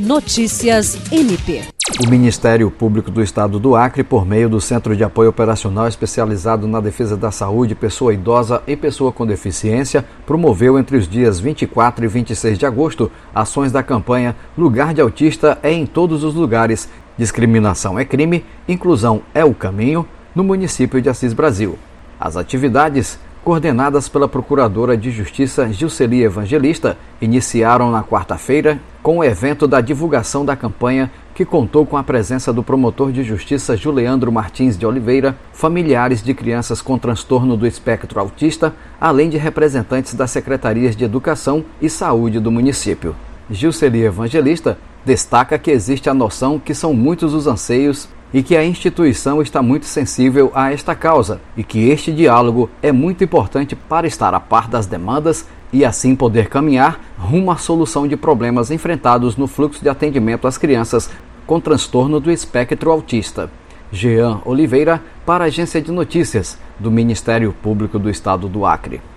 Notícias MP. O Ministério Público do Estado do Acre, por meio do Centro de Apoio Operacional Especializado na Defesa da Saúde, Pessoa Idosa e Pessoa com Deficiência, promoveu entre os dias 24 e 26 de agosto ações da campanha Lugar de Autista é em todos os lugares, discriminação é crime, inclusão é o caminho, no município de Assis Brasil. As atividades, coordenadas pela Procuradora de Justiça Gilceli Evangelista, iniciaram na quarta-feira com o evento da divulgação da campanha, que contou com a presença do promotor de justiça Juliandro Martins de Oliveira, familiares de crianças com transtorno do espectro autista, além de representantes das secretarias de Educação e Saúde do município. Gilceli Evangelista destaca que existe a noção que são muitos os anseios e que a instituição está muito sensível a esta causa e que este diálogo é muito importante para estar a par das demandas e assim poder caminhar rumo à solução de problemas enfrentados no fluxo de atendimento às crianças com transtorno do espectro autista. Jean Oliveira, para a Agência de Notícias do Ministério Público do Estado do Acre.